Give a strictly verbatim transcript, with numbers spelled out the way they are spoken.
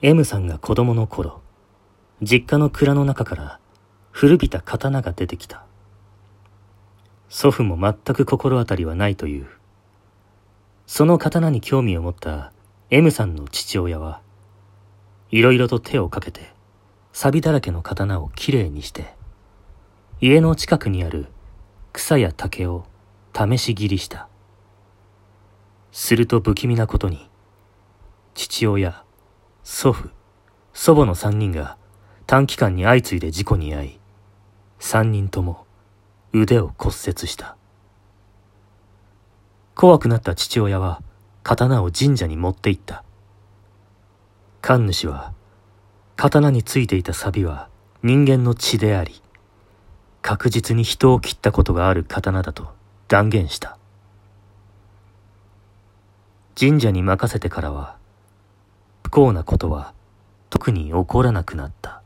M さんが子供の頃、実家の蔵の中から古びた刀が出てきた。祖父も全く心当たりはないという。その刀に興味を持った M さんの父親は、いろいろと手をかけて、錆だらけの刀をきれいにして、家の近くにある草や竹を試し切りした。すると不気味なことに、父親、祖父、祖母の三人が短期間に相次いで事故に遭い、三人とも腕を骨折した。怖くなった父親は刀を神社に持って行った。神主は、刀についていた錆は人間の血であり、確実に人を切ったことがある刀だと断言した。神社に任せてからは、不幸なことは特に起こらなくなった。